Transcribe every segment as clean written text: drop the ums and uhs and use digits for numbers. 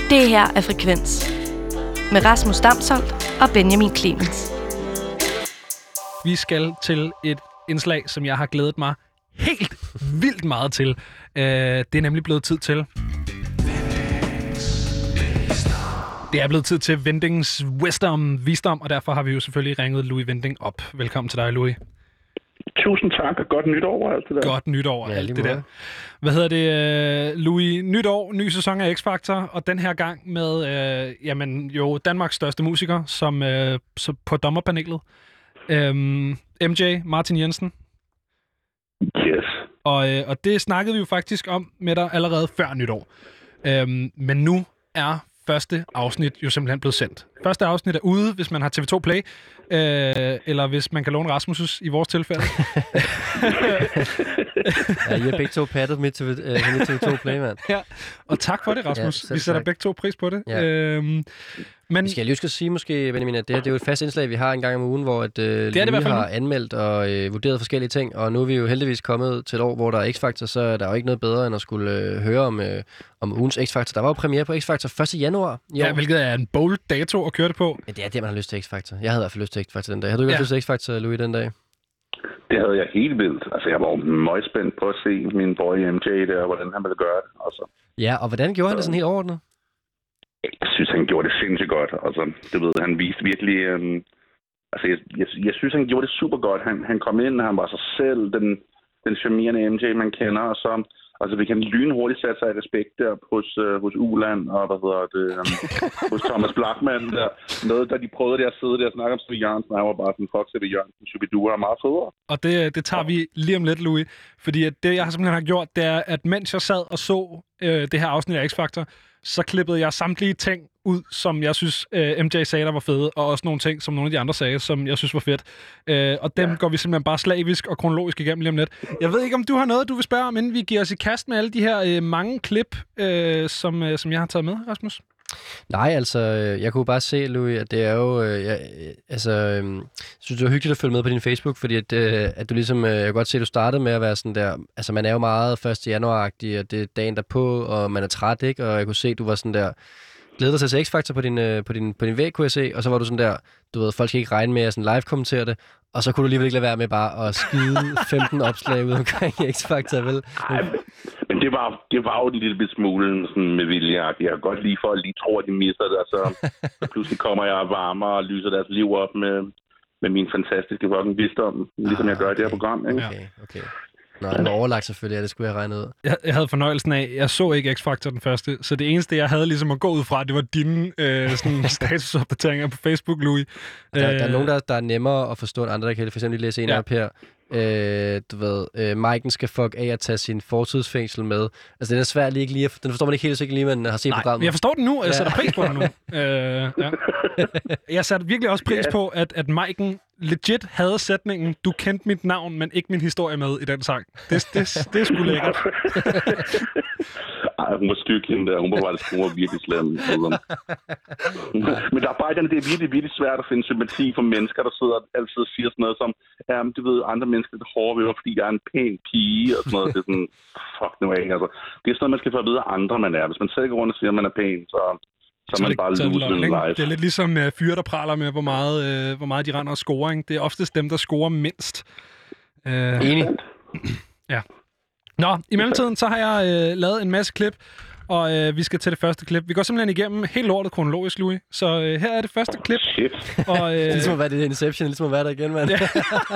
Det her er Frekvens med Rasmus Damsholdt og Benjamin Clemens. Vi skal til et indslag, som jeg har glædet mig helt vildt meget til. Det er nemlig blevet tid til... Det er blevet tid til Wendings visdom, og derfor har vi jo selvfølgelig ringet Louis Wending op. Velkommen til dig, Louis. Tusind tak, og godt nytår alt det der. Godt nytår, alt det der. Hvad hedder det, Louis? Nytår, ny sæson af X-Factor, og den her gang med Danmarks største musiker, som på dommerpanelet. MJ, Martin Jensen. Yes. Og det snakkede vi jo faktisk om med dig allerede før nytår. Men nu er første afsnit jo simpelthen blevet sendt. Første afsnit er ude, hvis man har TV2 Play, eller hvis man kan låne Rasmus' i vores tilfælde. Ja, I er begge to pattet med TV2 Play, mand. Ja, og tak for det, Rasmus. Ja, vi sætter begge to pris på det. Ja. Men vi skal lige huske at sige måske, Benjamin, at det er jo et fast indslag, vi har en gang om ugen, hvor Louis har anmeldt og vurderet forskellige ting, og nu er vi jo heldigvis kommet til et år, hvor der er X-Factor, så er der jo ikke noget bedre, end at skulle høre om ugens X-Factor. Der var jo premiere på X-Factor 1. januar i år. Ja, hvilket er en bold dato at køre det på. Ja, det er det, man har lyst til X-Factor. Jeg havde i hvert fald lyst til X-Factor den dag. Har du ikke lyst til X-Factor, Louis, den dag? Det havde jeg helt vildt. Altså, jeg var jo møgspændt på at se min boy MJ der, hvordan han ville gøre det. Altså. Ja, og hvordan gjorde han det sådan helt overordnet? Jeg synes, han gjorde det sindssygt godt. Altså, det ved han viste virkelig... jeg synes, han gjorde det super godt. Han kom ind, han var sig selv, den charmerende MJ, man kender, og så... Altså, vi kan lynhurtigt sætte sig i respekt der hos Uland og hos Thomas Blachman. Noget, da de prøvede der at sidde der og snakke om Stevie Jørgensen, han var bare sådan, fuck Stevie Jørgensen, Shubidua er meget federe. Og det tager vi lige om lidt, Louis. Fordi at det, jeg simpelthen har gjort, det er, at mens jeg sad og så det her afsnit af X-Factor, så klippede jeg samtlige ting ud, som jeg synes, MJ sagde, der var fede, og også nogle ting, som nogle af de andre sagde, som jeg synes var fedt. Og dem går vi simpelthen bare slavisk og kronologisk igennem lige om lidt. Jeg ved ikke, om du har noget, du vil spørge om, inden vi giver os i kast med alle de her mange klip, som jeg har taget med, Rasmus? Nej, altså, jeg kunne bare se, Louis, at det er jo... jeg synes, det var hyggeligt at følge med på din Facebook, fordi at du ligesom... jeg kan godt se, at du startede med at være sådan der... Altså, man er jo meget 1. januar-agtig, og det er dagen derpå, og man er træt, ikke? Og jeg kunne se, at du var sådan der... Glæder dig til at se X-Factor på din væg, kunne jeg se, og så var du sådan der... Du ved, folk skal ikke regne med at sådan live-kommentere det, og så kunne du alligevel ikke lade være med bare at skyde 15 opslag ud omkring X-Factor, vel? Men det var jo en lille smule sådan med vilje. Jeg kan godt lide folk lige tror, at de mister det, og så pludselig kommer jeg varmere og lyser deres liv op med min fantastiske fucking visdom, ligesom jeg gør i det her program. Ikke? Okay. Nå, det var overlagt selvfølgelig, det skulle jeg regne ud. Jeg havde fornøjelsen af, jeg så ikke X-Factor den første, så det eneste, jeg havde ligesom at gå ud fra, det var dine statusopdateringer på Facebook, Louis. Der er nogen, der er nemmere at forstå end andre, der kan for eksempel læse en op her. Maiken skal fuck af at tage sin fortidsfængsel med. Altså, den er svær lige den forstår man ikke helt sikkert lige, men har set programmet. Men jeg forstår den nu, og jeg sætter pris på den nu. Jeg satte virkelig også pris på, at Maiken legit havde sætningen, du kendte mit navn, men ikke min historie med i den sang. Det er sgu lækkert. Ej, hun var stykke hende der. Hun var virkelig slem. Men der er bare det er virkelig, virkelig svært at finde sympati for mennesker, der sidder altid og siger sådan noget som, du ved, andre mennesker er hårde ved mig, fordi jeg er en pæn pige, og sådan noget. Det er sådan, fuck nu af. Altså, det er sådan noget, man skal få at vide, at andre man er. Hvis man selv går rundt og siger, at man er pæn, så er man bare losing life. Det er lidt ligesom fyre, der praler med, hvor meget de render og scorer. Ikke? Det er oftest dem, der scorer mindst. Enig. Ja. Nå, i mellemtiden, så har jeg lavet en masse klip, og vi skal til det første klip. Vi går simpelthen igennem helt lortet kronologisk, Louis. Så her er det første klip. Shit. Og, det er ligesom at være det Inception, ligesom at være der igen, mand. Ja.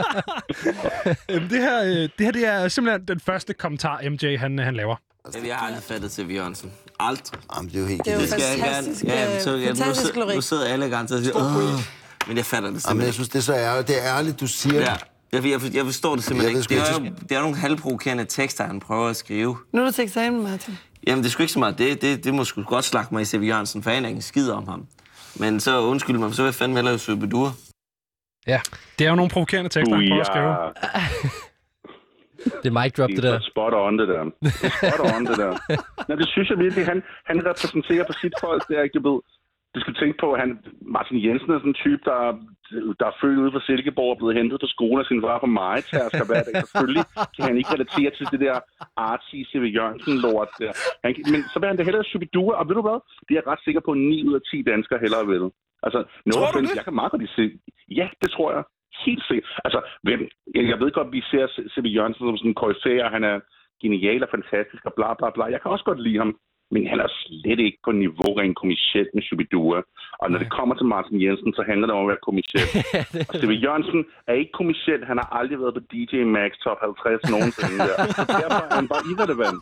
det her er simpelthen den første kommentar, MJ han laver. Jeg har aldrig fattet til Jørgensen. Aldrig. Jamen, det er jo helt... Det er jo fantastisk. Nu sidder alle garanteret og siger, men jeg fatter det simpelthen. Jamen, jeg synes, det er så ærligt. Det er ærligt, du siger det. Jeg forstår det simpelthen ikke. Det er nogle halvprovokerende tekster, han prøver at skrive. Nu er du til eksamen, Martin. Jamen, det er sgu ikke så meget. Det må sgu godt slagte mig i C.V. Jørgensen, for jeg ikke skider om ham. Men så undskyld mig, så vil jeg fandme hellere Shubidua. Ja, det er jo nogle provokerende tekster, han prøver at skrive. Det er mic drop, det der. Det er spot on, det der. Nej, det synes jeg virkelig, han repræsenterer på sit folk, det er ikke, du ved. Du skal tænke på, at Martin Jensen er sådan en type, der er født ude fra Silkeborg og blevet hentet på skolen af sin far på Maritærsker hver dag. Selvfølgelig kan han ikke relatere til det der artsy C.V. Jørgensen-lort der. Men så vil han da hellere Shubidua, og ved du hvad? Det er jeg ret sikker på, 9 ud af 10 danskere hellere vil. Altså, tror du det? Jeg kan meget godt lide. Ja, det tror jeg. Helt sikkert. Altså, jeg ved godt, vi ser C.V. Jørgensen som sådan en koryfæ, og han er genial og fantastisk og bla bla bla. Jeg kan også godt lide ham. Men han er slet ikke på niveau rent kommercielt med Shubidua. Og når det kommer til Martin Jensen, så handler det om at være kommerciel. Og C.V. Jørgensen er ikke kommerciel. Han har aldrig været på DJ Max Top 50 nogensinde der. Så derfor er han bare irrelevant.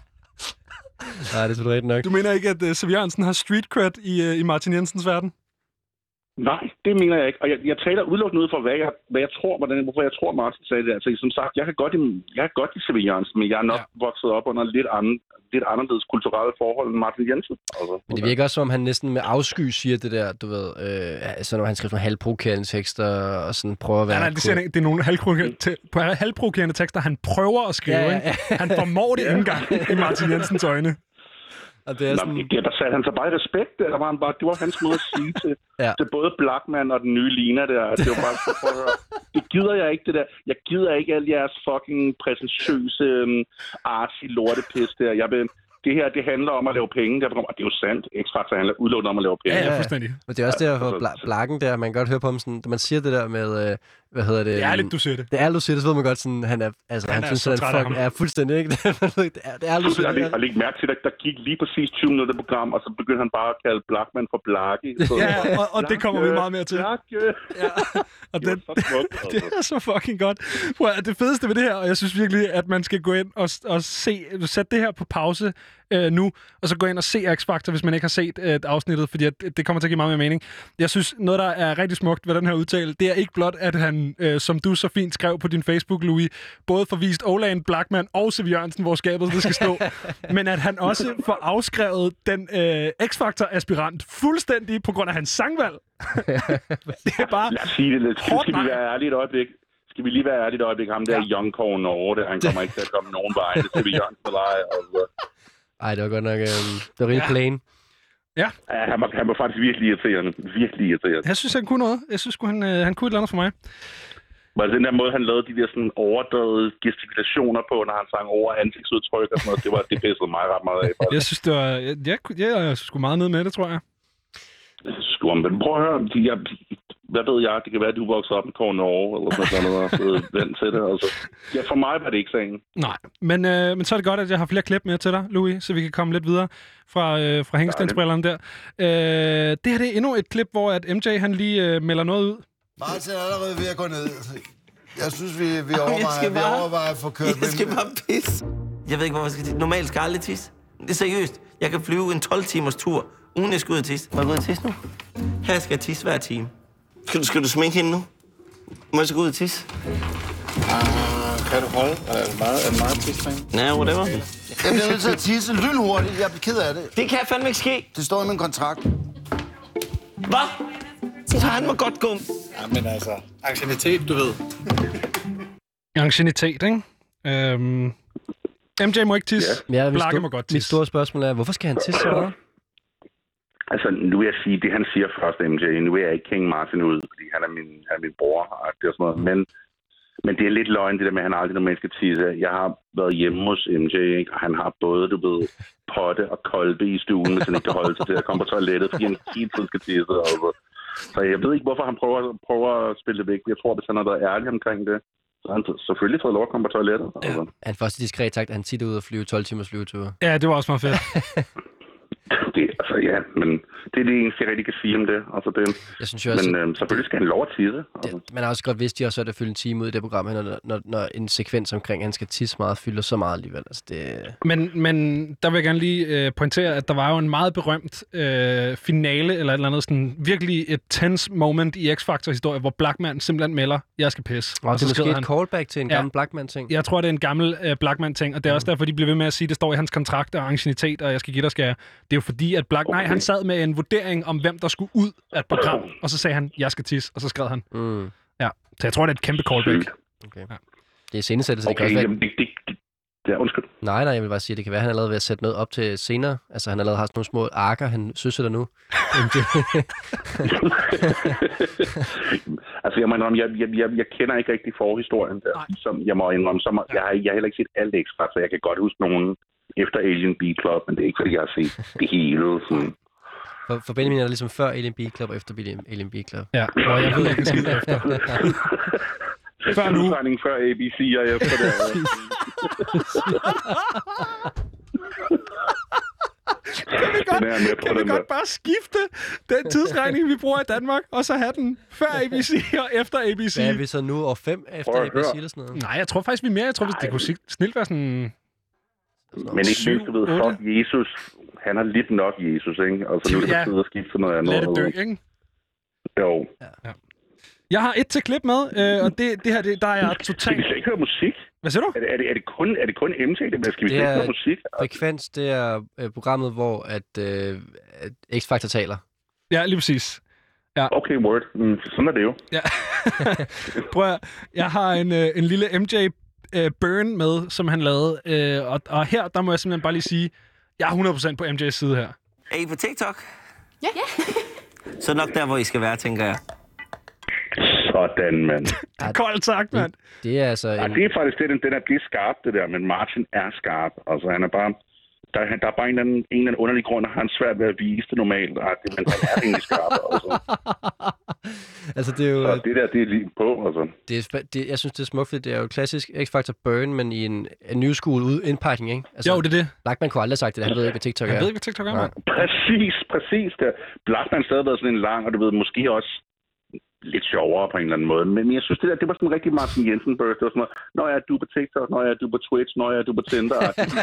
Nej, det er sgu rigtigt nok. Du mener ikke, at C.V. Jørgensen har street cred i Martin Jensens verden? Nej, det mener jeg ikke. Og jeg taler udelukkende ud fra, hvad jeg tror, hvorfor jeg tror, Martin sagde det. Altså, som sagt, jeg kan godt lide C.V. Jørgensen, men jeg er nok vokset op under lidt anderledes kulturelle forhold end Martin Jensen. Altså, men det virker også, som om han næsten med afsky siger det der, du ved, altså når han skriver nogle halvprovokerende tekster og sådan prøver at være... Nej, det er nogle halvprovokerende tekster, han prøver at skrive, ja. ikke? Han formår det ikke engang i Martin Jensens øjne. Og det er sådan... Der satte han sig bare i respekt. Det var hans måde at sige til både Blackman og den nye Lina der. Det var bare for at høre. Det gider jeg ikke, det der. Jeg gider ikke alle jeres fucking præsentøse artsy lortepis der. Det her, det handler om at lave penge. Og det er jo sandt. X-Factor handler udelukkende om at lave penge. Ja, fuldstændig. Men det er også derfor, Blacken der, man kan godt høre på ham sådan, man siger det der med, hvad hedder det? Det er lidt, du siger det. Det er, du siger det, så ved man godt sådan, han synes, at fuck er fuldstændig, ikke? det er, du siger det. Og læg mærke til, at der gik lige præcis 20 minutter program, og så begyndte han bare at kalde Blackman for Blakke. Ja, og det kommer vi meget mere til. Ja. Og det er så fucking godt. Det fedeste ved det her, og jeg synes virkelig, at man skal gå ind og sætte det her på pause nu, og så gå ind og se X-Factor, hvis man ikke har set afsnittet, fordi det kommer til at give meget mere mening. Jeg synes, noget, der er rigtig smukt ved den her udtale, det er ikke blot, at han, som du så fint skrev på din Facebook, Louis, både får vist Olaen, Blackman og C.V. Jørgensen, hvor skabet det skal stå, men at han også får afskrevet den X-Factor-aspirant fuldstændig på grund af hans sangvalg. Det er bare... Lad os sige det lidt. Skal vi være ærlige et øjeblik? Skal vi lige være ærlige et øjeblik? Ham der Young Corn Norge, han kommer ikke til at komme nogen vej. Det C.V. Jørgensen for dig. Ej, det var godt nok... det var rigtig plain. Ja. Han var faktisk virkelig irriterende. Virkelig irriterende. Jeg synes, han kunne noget. Jeg synes, han kunne et eller andet for mig. Var det den der måde, han lavede de der sådan overdrevede gestikulationer på, når han sang over ansigtsudtryk og sådan noget? Det pissede mig ret meget af. Jeg synes, det var... Jeg skulle meget ned med det, tror jeg. Men prøv at høre. Hvad ved jeg? Det kan være, at du voksede op med Kåre Norge, eller sådan noget, og så vent til det. Altså. Ja, for mig var det ikke sagen. Nej, men så er det godt, at jeg har flere klip med til dig, Louis, så vi kan komme lidt videre fra hængestensbrillerne der. Det her det er endnu et klip, hvor at MJ han lige melder noget ud. Martin er allerede ved at gå ned. Jeg synes, vi overvejer at få kørt... Jeg skal bare pisse. Jeg ved ikke, hvor jeg skal tisse. Normalt skal jeg aldrig tisse. Det er seriøst. Jeg kan flyve en 12-timers tur, uden jeg skal ud og tisse. Må jeg gå ud og tisse nu? Her skal jeg tisse hver time. Skal du sminke hende nu? Må jeg så gå ud og tisse? Kan du holde? Er det meget tissning? Nej, whatever. Jeg bliver nødt til at tisse lynhurtigt. Jeg bliver ked af det. Det kan fandme ikke ske. Det står i min kontrakt. Hvad? Så han må godt gå. Ja, men altså, anciennitet, du ved. Anciennitet, ikke? MJ må ikke tisse. Ja, Blakke må godt tisse. Mit store spørgsmål er, hvorfor skal han tisse så meget? Altså, nu vil jeg sige, det han siger først, MJ, nu vil jeg ikke hænge Martin ud, fordi han er min bror, og sådan noget. Men det er lidt løgn, det der med, at han aldrig normalt skal tisse. Jeg har været hjemme hos MJ, ikke? Og han har både, du ved, potte og kolbe i stuen, hvis han ikke kan holde sig til at komme på toilettet, fordi han hele tiden skal tisse. Altså. Så jeg ved ikke, hvorfor han prøver at spille det væk. Jeg tror, hvis han har været ærlig omkring det, så har han selvfølgelig fået lov at komme på toilettet. Altså. Ja. Han først diskret sagt, at han tit er ude at flyve 12 timers flyveture. Ja, det var også meget fedt. Men det er det eneste, jeg rigtig kan sige om det. Altså, jeg synes jo også, men selvfølgelig skal han lov at tisse. Altså. Man har også godt vidst, at de også er at fylde en time ud i det program, når en sekvens omkring, at han skal tisse meget, fylder så meget alligevel. Altså, det... men der vil jeg gerne lige pointere, at der var jo en meget berømt finale, eller et eller andet sådan virkelig et tense moment i X-Factor-historie, hvor Blackman simpelthen melder, jeg skal pisse. Og det er måske et callback til en gammel Blackman-ting. Jeg tror, det er en gammel Blackman-ting, og det er også derfor, de bliver ved med at sige, at det står i hans kontrakt og anciennitet, og jeg skal give dig skære. Det er jo fordi, at han sad med en vurdering om, hvem der skulle ud af et program, og så sagde han, jeg skal tisse, og så skrev han. Ja, så jeg tror, det er et kæmpe callback. Okay. Ja. Det er sendesættelse, okay, det kan også være... Ja, undskyld. Nej, jeg vil bare sige, at det kan være, at han er allerede ved at sætte noget op til senere. Altså, han allerede har sådan nogle små arker, han søsætter nu. Altså, jeg må indrømme, jeg kender ikke rigtig forhistorien der. Som jeg må indrømme, jeg har heller ikke set alt ekstra, så jeg kan godt huske nogen efter Alien B-Club, men det er ikke, fordi jeg har set det hele. Sådan. For Benjamin er der ligesom før Alien B-Club og efter Alien B-Club. Ja, og jeg ved ikke, hvad skidt efter. Før nu. Før ABC og efter det. Kan vi godt bare skifte den tidsregning, vi bruger i Danmark, og så have den før ABC og efter ABC? Hvad er vi så nu? År 5 efter ABC eller sådan noget? Nej, jeg tror faktisk, vi er mere. Jeg tror, det kunne snilt være sådan... Men ikke mindst, du ved, fuck Jesus. Han har lidt nok Jesus, ikke? Og så nu er det på tide at skifte til noget andet. Lad det dø, ikke? Jo. Ja. Jeg har et til klip med, og det her, der er jeg totalt... Skal vi slet ikke høre musik? Hvad siger du? Er det kun MJ, det med? Skal vi slet ikke høre musik? Frekvens, det er programmet, hvor at X-Factor taler. Ja, lige præcis. Ja. Okay, word. Sådan er det jo. Ja. Prøv at, jeg har en lille MJ burn med, som han lavede, og her, der må jeg simpelthen bare lige sige, jeg er 100% på MJ's side her. Er I på TikTok? Ja. Så nok der, hvor I skal være, tænker jeg. Sådan, mand. Koldt sagt, mand. Det er altså... Det er faktisk det, den er skarp, det der, men Martin er skarp. Altså, han er bare... Der er bare en eller anden underlig grund, at han er svært ved at vise det normalt, men han er egentlig skarp. Altså, det er jo... Så det der, det er lige på, altså. Jeg synes, det er smukt, fordi det er jo klassisk X-Factor burn, men i en new school indpakning, ikke? Altså, jo, det er det. Blackman kunne aldrig have sagt det, han ved ikke, hvad TikTok er. Han ved ikke, hvad TikTok er, mand. Præcis. Blackman stadig været sådan en lang, og du ved, måske også lidt sjovere på en eller anden måde. Men jeg synes, det var sådan en rigtig Martin Jensen-burst. Det var sådan noget, når jeg er du på TikTok, når jeg er du på Twitch, når jeg er du på Tinder.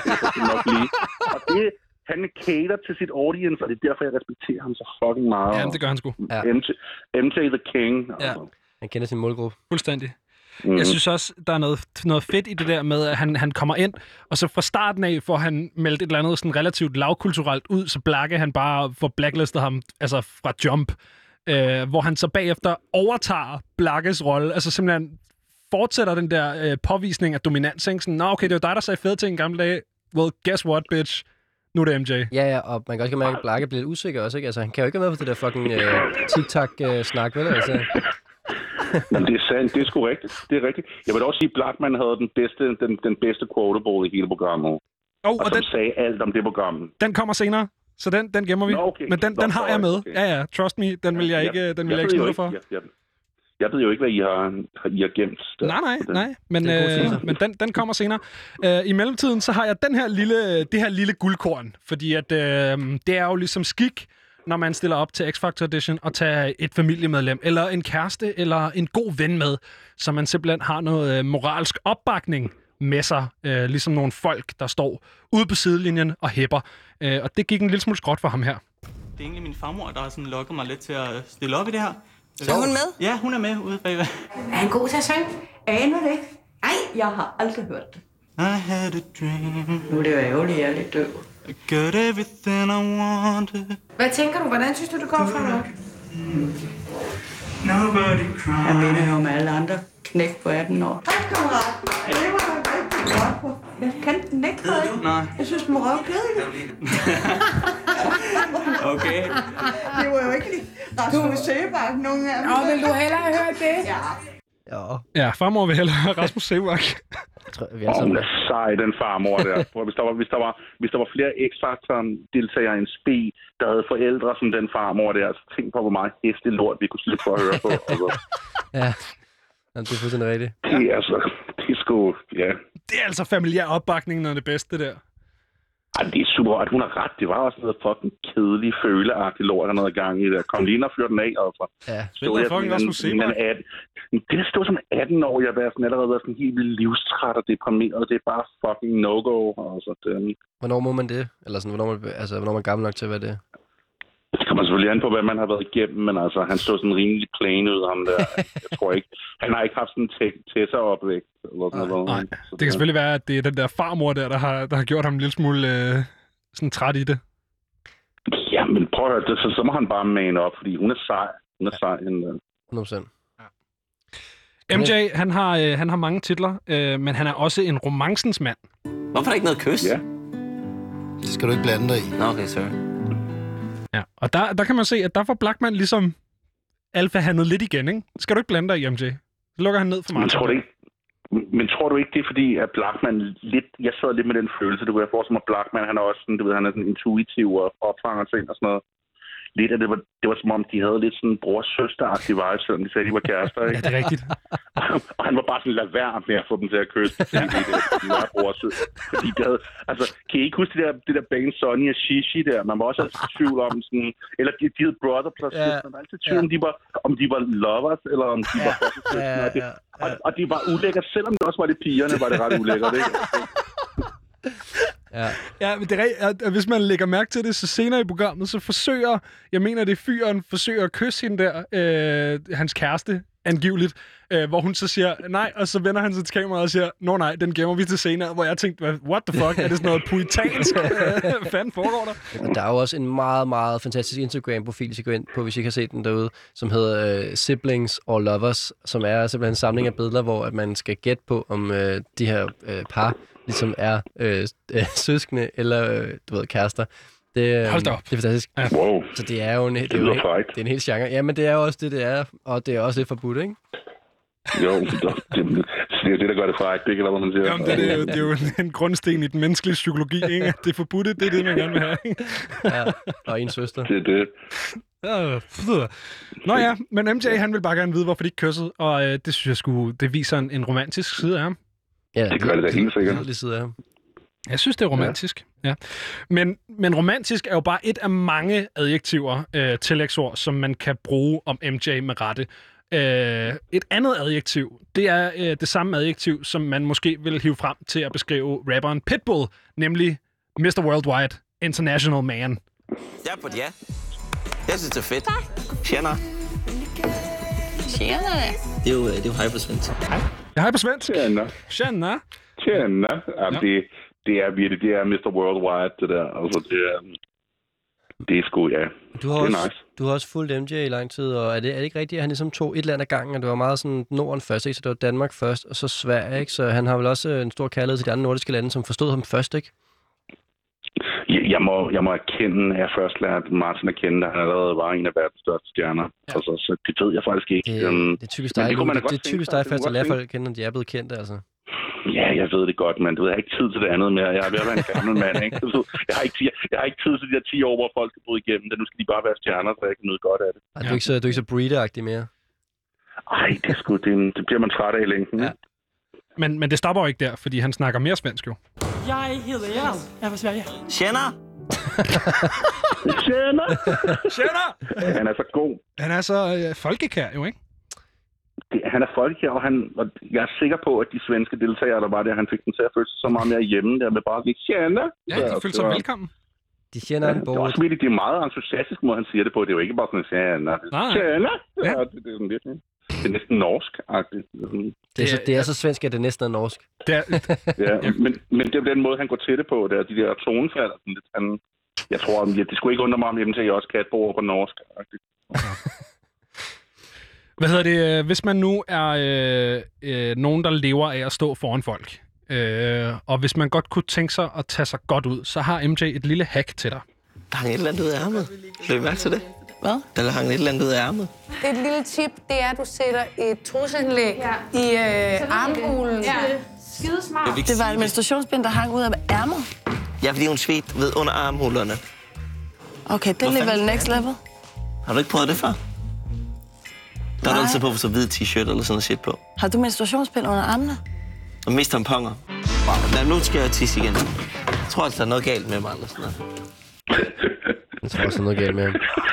Og det, han cater til sit audience, og det er derfor, jeg respekterer ham så fucking meget. Ja, det gør han sgu. Ja. MJ the King. Ja. Han kender sin målgruppe. Fuldstændig. Jeg synes også, der er noget fedt i det der med, at han kommer ind, og så fra starten af får han meldt et eller andet sådan relativt lavkulturelt ud, så Blakke han bare får blacklistet ham altså fra Jump. Hvor han så bagefter overtager Blakkes rolle, altså simpelthen fortsætter den der påvisning af dominans, ikke? Sådan, okay, det var dig, der sagde fede ting i gamle dage. Well, guess what, bitch? Nu er det MJ. Ja, og man kan også mærke, at Blakke bliver lidt usikker også, ikke? Altså, han kan jo ikke være med på det der fucking TikTok-snak, vel? Altså. Men det er sandt, det er sgu rigtigt. Det er rigtigt. Jeg vil også sige, at Blackman havde den bedste quotable i hele programmet. Og som sagde alt om det program. Den kommer senere. Så den gemmer vi. Nå, okay. Men den har jeg med. Okay. Ja, trust me. Den vil jeg ikke, snyde for. Jeg ved jo ikke, hvad I har gemt. Nej. Men den kommer senere. I mellemtiden, så har jeg det her lille guldkorn. Fordi at, det er jo ligesom skik, når man stiller op til X-Factor Edition og tager et familiemedlem, eller en kæreste, eller en god ven med, så man simpelthen har noget moralsk opbakning med sig, ligesom nogle folk, der står ude på sidelinjen og hæpper. Og det gik en lille smule skråt for ham her. Det er egentlig min farmor, der har sådan lokket mig lidt til at stille op i det her. Er hun med? Ja, hun er med ude bagved. Er han god til at synge? Aner det? Ej, jeg har aldrig hørt det. I had a dream. Nu er det jo ærgerligt, jeg er lidt døv. I got everything I wanted. Hvad tænker du? Hvordan synes du, det går for dig? Nobody cried. Jeg minder jo om alle andre knæk på 18 år. Hej, kammerat. Det var du rigtig godt på. Jeg kendte den ikke, Frederik. Nej. Jeg synes, den var røvkedelig. Okay. Det var jo ikke lige Rasmus Sebak, nogen af dem. Vil du hellere have hørt det? Ja, farmor vil hellere have Rasmus Sebak. Hun er sej, den farmor der. Hvis der var flere X-Factor-deltagere i en spe, der havde forældre som den farmor der, så tænk på, hvor meget hæslig lort vi kunne slippe for at høre på. Altså. Ja, det er fuldstændig rigtigt. Det er sgu, ja. Det er altså familiær opbakning, når det bedste der. Ej, det er super, at hun har ret. Det var også noget fucking kedelig, føleagtigt lort, han havde gang i det. Kom lige ind og fyr den af, altså. Ja, spiller fucking Rasmus Sebak. Det stod som 18 år, jeg var sådan allerede været sådan helt vildt livstræt og deprimeret. Det er bare fucking no-go. Altså, Hvornår må man det? Eller sådan, hvornår er man gammel nok til at være det? Det kommer selvfølgelig an på, hvad man har været igennem, men altså, han stod sådan rimelig plain ud, ham der. Jeg tror ikke, han har ikke haft sådan en Tessa-opvægt. Nej, det kan selvfølgelig være, at det er den der farmor der har gjort ham en lille smule sådan træt i det. Ja, men prøv at høre, så må han bare mane op, fordi hun er sej. Hun er sej. 100%. MJ, han har mange titler, men han er også en romancens mand. Hvorfor er der ikke noget kys? Ja. Det skal du ikke blande dig i. Nå, okay, sorry. Ja, og der kan man se, at der får Blachman ligesom alfa-handlet lidt igen, ikke? Skal du ikke blande dig i, MJ? Så lukker han ned for meget. Men tror du ikke, det er fordi, at Blachman lidt... Jeg sad lidt med den følelse, du kunne jeg forestille mig, at Blachman, han er også sådan, du ved, han er sådan intuitiv og opfanger ting og sådan noget. Lidt af det var som om, de havde lidt sådan bror-søster-agtig vibe, selvom de sagde, de var kærester, ikke? Ja, det er rigtigt. Og han var bare sådan, lad være med at få dem til at kysse, fordi de var bror-søster. Fordi de havde... Altså, kan I ikke huske det der band Sonny og Shishi der? Man var også altid i tvivl om sådan... Eller de hed brother plus sister. Man var altid i tvivl om de var lovers, eller om de var søster. Og de var ulækkert, selvom det også var det pigerne, var det ret ulækkert, ikke? Ja, men det er at hvis man lægger mærke til det, så senere i programmet, så forsøger, jeg mener det fyren, forsøger at kysse hende der, hans kæreste, angiveligt, hvor hun så siger nej, og så vender han sig til kameraet og siger, nå nej, den gemmer vi til senere, hvor jeg tænkte, what the fuck, er det sådan noget puritansk? Hvad fanden foregår der? Og der er jo også en meget, meget fantastisk Instagram-profil, hvis I går ind på, hvis I kan se den derude, som hedder Siblings or Lovers, som er simpelthen en samling af billeder, hvor at man skal gætte på, om de her par ligesom er søskende eller, du ved, kærester. Hold da op. Det er fantastisk. Ja. Wow. Så det er jo det er en helt genre. Ja, men det er jo også det er, og det er også lidt forbudt, ikke? Jo, det er det, der gør det frækt, ikke? Eller hvad man siger. Jamen, det er jo en grundsten i den menneskelige psykologi, ikke? Det er forbudt, det er det, man gerne vil have, ikke? Ja, og en søster. Det er det. Nå ja, men MJ, han vil bare gerne vide, hvorfor de ikke kyssede, og det synes jeg det viser en romantisk side af ham. Ja, det gør det da helt sikkert. Side af ham. Jeg synes, det er romantisk. Ja. Men romantisk er jo bare et af mange adjektiver, tillægsord, som man kan bruge om MJ med rette. Et andet adjektiv, det er det samme adjektiv, som man måske vil hive frem til at beskrive rapperen Pitbull, nemlig Mr. Worldwide, International Man. Ja, på det, ja. Jeg synes, det er fedt. Tjener. Det er jo hypersvensk. Ja, hypersvensk. Tjener. Tjener. Tjener. Det er virkelig, det er Mr. Worldwide, det der. Altså, det er sgu, ja. Du har også fulgt MJ i lang tid, og er det ikke rigtigt, at han ligesom tog et land ad gangen, og det var meget sådan Norden først, ikke? Så det var Danmark først, og så Sverige, ikke? Så han har vel også en stor kærlighed til de andre nordiske lande, som forstod ham først, ikke? Jeg må erkende, at jeg først lærte Martin at kende, da han allerede var en af verdens største stjerner. Ja. Altså, så det ved jeg faktisk ikke. Det er typisk dig, det er typisk dig først at lære folk at kende, når de er blevet kendte, altså. Ja, jeg ved det godt, men du ved, jeg har ikke tid til det andet mere. Jeg er ved at være en gammel mand, ikke? Jeg har ikke tid til de der 10 år, hvor folk skal bryde igennem det. Nu skal de bare være stjerner, så jeg kan nyde godt af det. Du er ikke så breeder-agtig mere? Ej, det bliver man træt af i længden. Ja. Men det stopper jo ikke der, fordi han snakker mere svensk jo. Jeg hedder Jan. Jeg er fra Sverige. Tjener! Tjener! Han er så god. Han er så folkekær jo, ikke? Han er folkekær, og jeg er sikker på, at de svenske deltagere, der var der, han fik dem til at føle sig så meget mere hjemme der med bare at sige, tjener! Ja, de følte sig velkommen. De tjener en det er også virkelig, det er meget entusiastisk måde, han siger det på. Det er jo ikke bare sådan, tjener! Tjener! Ja. Det er sådan virkelig. Det er næsten norsk-agtigt. Det er så svensk, at det næsten er norsk. Men det er den måde, han går til det på, der de der tonefald. Jeg tror, det skulle ikke undre mig om hjemme til, at jeg også kan et på norsk-agtigt. Hvad hedder det? Hvis man nu er nogen, der lever af at stå foran folk, og hvis man godt kunne tænke sig at tage sig godt ud, så har MJ et lille hack til dig. Der hang et eller andet ud af ærmet. Læg mærke til det. Hvad? Der hang et eller andet ud af ærmet. Et lille tip, det er, at du sætter et trusindlæg i armhulen. Ja. Skidesmart. Det var et menstruationsbind, der hang ud af ærmet? Ja, fordi hun svedte ved under armhulerne. Okay, det er alligevel next level. Har du ikke prøvet det før? Der er altid på så hvid t-shirt eller sådan noget shit på. Har du menstruationsbind under armene? Og mest tamponer. Wow, nu skal jeg tisse igen. Jeg tror altså, der er noget galt med mig eller sådan noget. Jeg tror også, der er noget galt med ham.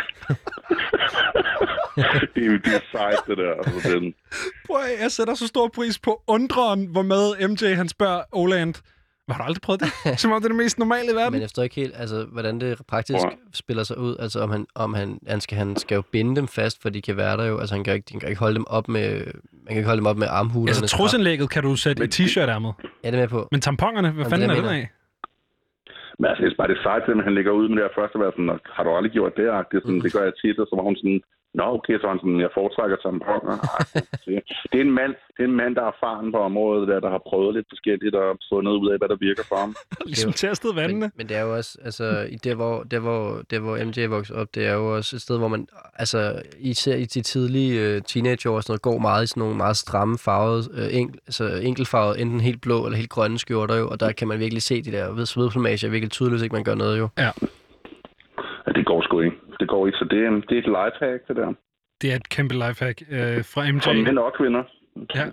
det er sejt, det der. Altså, Prøv, jeg sætter så stor pris på undren, hvor med MJ han spørger Oland. Har du aldrig prøvet det? Som om det er det mest normale i verden. Men jeg forstår ikke helt, altså, hvordan det praktisk spiller sig ud. Altså, han skal jo binde dem fast, for de kan være der jo. Altså, han kan ikke holde dem op med, man kan ikke holde dem op med armhulerne. Altså, trusindlægget kan du sætte i t-shirt-ærmet. Ja, det er med på. Men tamponerne, hvad fanden er det af? Men altså, det er bare det sejt, at han ligger ud med det her første, sådan, har du aldrig gjort det? Sådan, det gør jeg tit, og så var hun sådan, Nå, okay, så han sådan, jeg foretrækker tamponer. Det er en mand, der er erfaren på området, der har prøvet lidt forskelligt og fundet ud af, hvad der virker for ham. Ligesom testet vandene. Men det er jo også, altså, der hvor MJ vokser op, det er jo også et sted, hvor man, altså, især i de tidlige teenageår og sådan noget, går meget i sådan nogle meget stramme farvede, enkeltfarvede, enten helt blå eller helt grønne skjorter jo, og der kan man virkelig se de der svedplamager virkelig tydeligt, hvis ikke man gør noget jo. Ja. Ja, det går sgu ikke. Det går ikke, så det er et lifehack, det der. Det er et kæmpe lifehack fra MJ. For mænd og kvinder. Ja.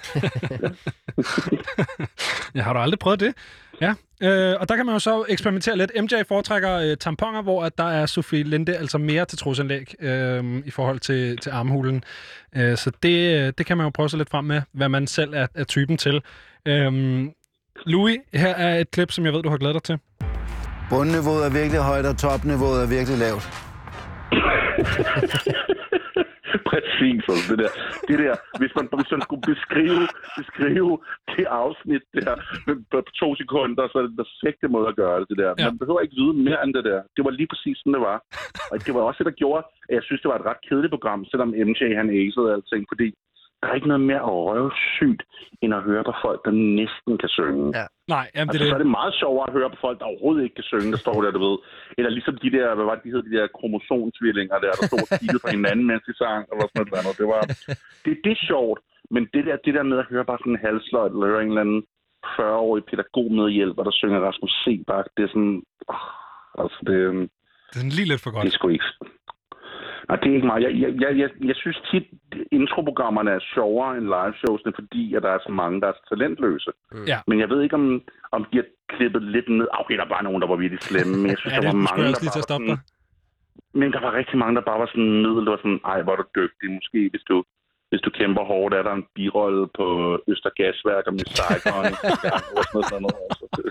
Ja, har du aldrig prøvet det? Ja, og der kan man jo så eksperimentere lidt. MJ foretrækker tamponer, hvor at der er Sofie Linde altså mere til trosanlæg i forhold til armhulen. Så det kan man jo prøve sig lidt frem med, hvad man selv er typen til. Louis, her er et klip, som jeg ved, du har glædet dig til. Bundniveauet er virkelig højt, og topniveauet er virkelig lavt. Præcis, altså det der. Hvis man skulle beskrive det afsnit der på 2 sekunder, så er det den perfekte måde at gøre det der. Man behøver ikke vide mere end det der. Det var lige præcis sådan, det var. Og det var også det, der gjorde, at jeg synes, det var et ret kedeligt program, selvom MJ han acede alting, fordi der er ikke noget mere røvsygt, end at høre på folk, der næsten kan synge. Ja. Nej, jamen, altså, så er det meget sjovere at høre på folk, der overhovedet ikke kan synge, der står der, du ved. Eller ligesom de der, hvad var det, de hed, de der kromosomtvillinger der stod og kiggede på hinanden, mens de sang, eller sådan noget. Det er sjovt, men det der med at høre bare sådan en halsløjt, eller høre en eller anden 40-årig pædagogmedhjælper, der synger Rasmus Seebach, det er sådan... altså, det er sådan lige lidt for godt. Det er sgu ikke... Nej, det er ikke meget. Jeg synes tit, introprogrammerne er sjovere end liveshowsene, fordi at der er så mange, der er så talentløse. Ja. Men jeg ved ikke, om de har klippet lidt ned. Okay, der var nogen, der var virkelig slemme, men jeg synes, der var mange, der bare var sådan... Men der var rigtig mange, der bare var sådan middel. Det var sådan, ej, hvor er du dygtig. Måske, hvis du kæmper hårdt, er der en birolle på Østergasværker med Saigon. Sådan noget.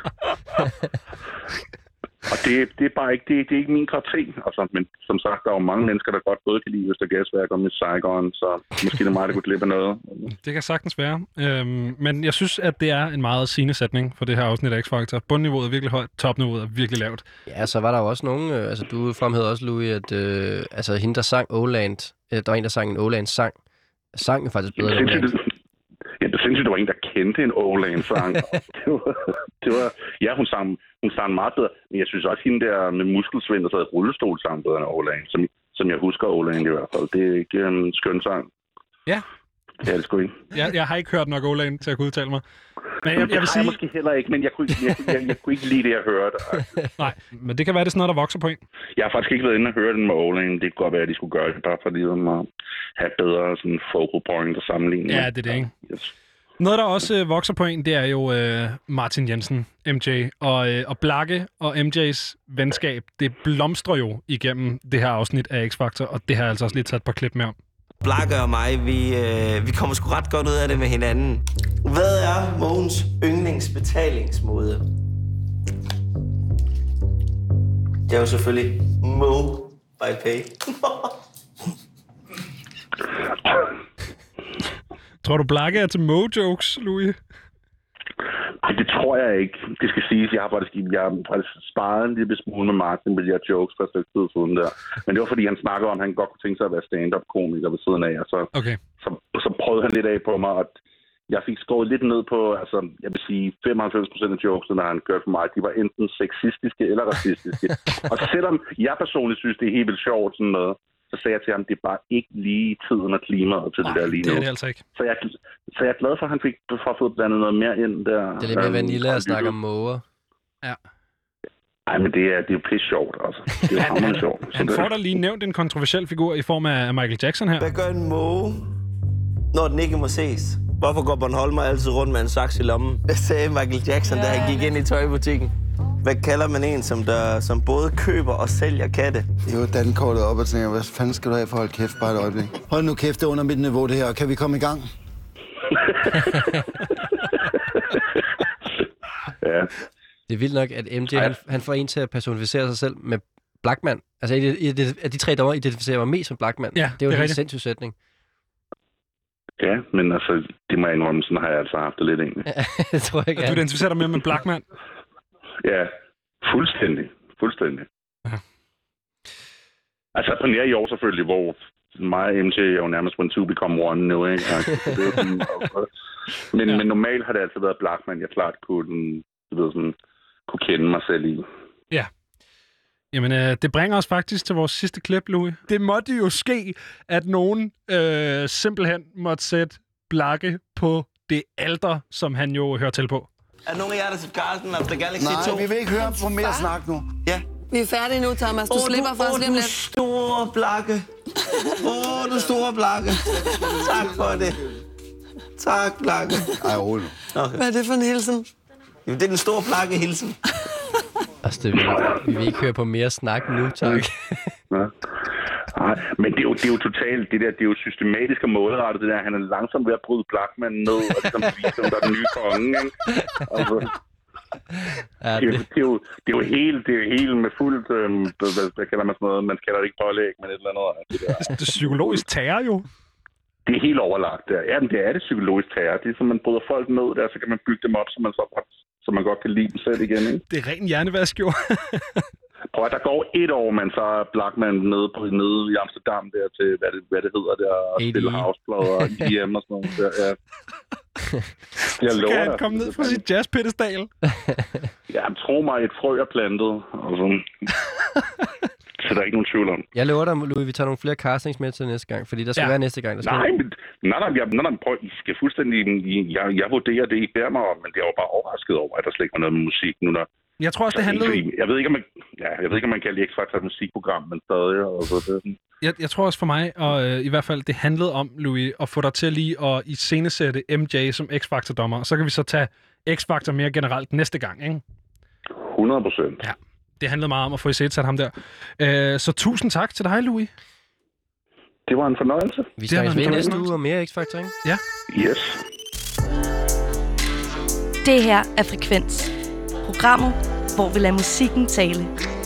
Og det er bare ikke, det er ikke min kop te. Altså, men som sagt, der er jo mange mennesker, der godt både kan lide Østergasværker med Saigon, så måske det er mig, der kunne glippe noget. Det kan sagtens være. Men jeg synes, at det er en meget sigende sætning for det her afsnit af X-Factor. Bundniveauet er virkelig højt, topniveauet er virkelig lavt. Ja, så var der jo også nogen, altså du fremhævede også, Louis, at altså hende, der sang Åland, der var en, der sang en Åland-sang. Sangen er faktisk bedre end Åland. Det synes jeg, der var en, der kendte en Åland-sang. det var, ja, hun sang meget bedre, men jeg synes også, hende der med muskelsvind, der sad i rullestol, sang bedre end Åland, som jeg husker Åland i hvert fald. Det er ikke en skøn sang. Ja. Det er det sgu ikke. Jeg har ikke hørt nok Åland til at kunne udtale mig. Men jeg vil sige... Jeg måske heller ikke, men jeg kunne ikke lide det, jeg hørte. Nej, men det kan være, det er sådan noget, der vokser på en. Jeg har faktisk ikke været inde og høre den med Åland. Det kan godt være, at de skulle gøre det, bare fordi de have bedre sådan focal point at sammenligne. Ja, det er det, ikke? Yes. Noget, der også vokser på en, det er jo Martin Jensen, MJ. Og Blakke og MJ's venskab, det blomstrer jo igennem det her afsnit af X-Factor, og det har jeg altså også lige taget et par klip med om. Blakke og mig, vi kommer sgu ret godt ud af det med hinanden. Hvad er Mogens yndlingsbetalingsmåde? Det er jo selvfølgelig Mo by Pay. Tror du, Blakke er til Mo-jokes, Louis? Nej, det tror jeg ikke. Det skal siges. Jeg har faktisk sparet en lille smule med Martin med de her jokes for et stykke tid siden der. Men det var, fordi han snakkede om, at han godt kunne tænke sig at være stand-up-komiker ved siden af. Og så prøvede han lidt af på mig, at jeg fik skåret lidt ned på, altså, jeg vil sige, 95% af jokesene, når han kørte for mig, de var enten sexistiske eller racistiske. Og selvom jeg personligt synes, det er helt vildt sjovt sådan noget, så sagde jeg til ham, det er bare ikke lige tiden og klimaet til det der lige nu. Det er det altså ikke. Så jeg er glad for, at han fik fået blandet noget mere ind der. Det er lidt mere vanilla at snakke om måger. Ja. Nej, men det er jo pisse sjovt, altså. Det er jo hammerende sjovt. Han får da lige nævnt en kontroversiel figur i form af Michael Jackson her. Hvad gør en måge, når den ikke må ses? Hvorfor går Bornholmer altid rundt med en saks i lommen? Det sagde Michael Jackson, da han gik ind i tøjbutikken. Hvad kalder man en, som både køber og sælger katte? Jo, dankortet op og tænker, hvad fanden skal du have for at holde kæft bare et øjeblik? Hold nu kæft, det er under mit niveau det her. Kan vi komme i gang? Ja. Det er vildt nok, at MJ han får en til at personificere sig selv med Blackman. Altså, de tre dommer identificerer mig mest som Blackman. Ja, det er jo en helt sindssyg sætning. Ja, men altså, det må jeg indrømme, sådan har jeg altså haft det lidt egentlig. Det tror jeg ikke. Du identificerer dig mere med Blackman? Ja, fuldstændig. Ja. Altså, på nær i år selvfølgelig, hvor mig og MJ er jo nærmest when two become one nu, ikke? Altså, det er sådan, men normalt har det altid været Blachman, jeg klart kunne kende mig selv i. Ja. Jamen, det bringer os faktisk til vores sidste klip, Louis. Det måtte jo ske, at nogen simpelthen måtte sætte Blakke på det alter, som han jo hører til på. Er nogen af jer, der til Guardians of the Galaxy 2? Nej, vi vil ikke høre på mere snak nu. Ja. Vi er færdige nu, Thomas. Du slipper for os lige om lidt. Du store Blakke. Du store Blakke. Tak for det. Tak, Blakke. Ej, rolig nu. Okay. Hvad er det for en hilsen? Jamen, det er den store Blakke-hilsen. Altså, vi vil ikke høre på mere snak nu, tak. Ja. Nej, men det er jo totalt, det er jo systematisk og målrettet, det der. Han er langsomt ved at bryde Blachman ned, og ligesom vise, der er den nye konge, ikke? Altså, ja, det er jo helt med fuldt, hvad kalder man sådan noget? Man kalder det ikke pålæg, men et eller andet. Det er psykologisk terror jo. Det er helt overlagt der. Ja, men det er det psykologisk terror. Det er som man bryder folk ned der, så kan man bygge dem op, så man godt kan lide dem selv igen, ikke? Det er ren hjernevask jo. Prøv at der går 1 år, man så er Blachman nede i Amsterdam der til, hvad det hedder der, og spille houseplader og EM og sådan noget der, ja. Jeg så kan han komme ned fra sit jazzpedestal. Ja, tro mig, et frø er plantet, og sådan. Så der er ikke nogen tvivl om. Jeg lover dig, Louis, vi tager nogle flere castings med til næste gang, fordi der skal være næste gang. Nej, prøv, I skal fuldstændig... Jeg vurderer det, I bærer mig om, men det er jo bare overrasket over, at der slet ikke var noget med musik nu, når... Jeg tror også, det handlede... Jeg ved ikke, om man kan lide X-Factor et musikprogram, men stadig... Jeg tror også for mig, og i hvert fald, det handlede om, Louis, at få dig til lige at iscenesætte MJ som X-Factor-dommer, og så kan vi så tage X-Factor mere generelt næste gang, ikke? 100%. Ja. Det handlede meget om at få iscenesat ham der. Så tusind tak til dig, Louis. Det var en fornøjelse. Vi snakkes ved næste uge og mere X-Factor, ikke? Ja. Yes. Det her er Frekvens. Programmet, hvor vi lader musikken tale.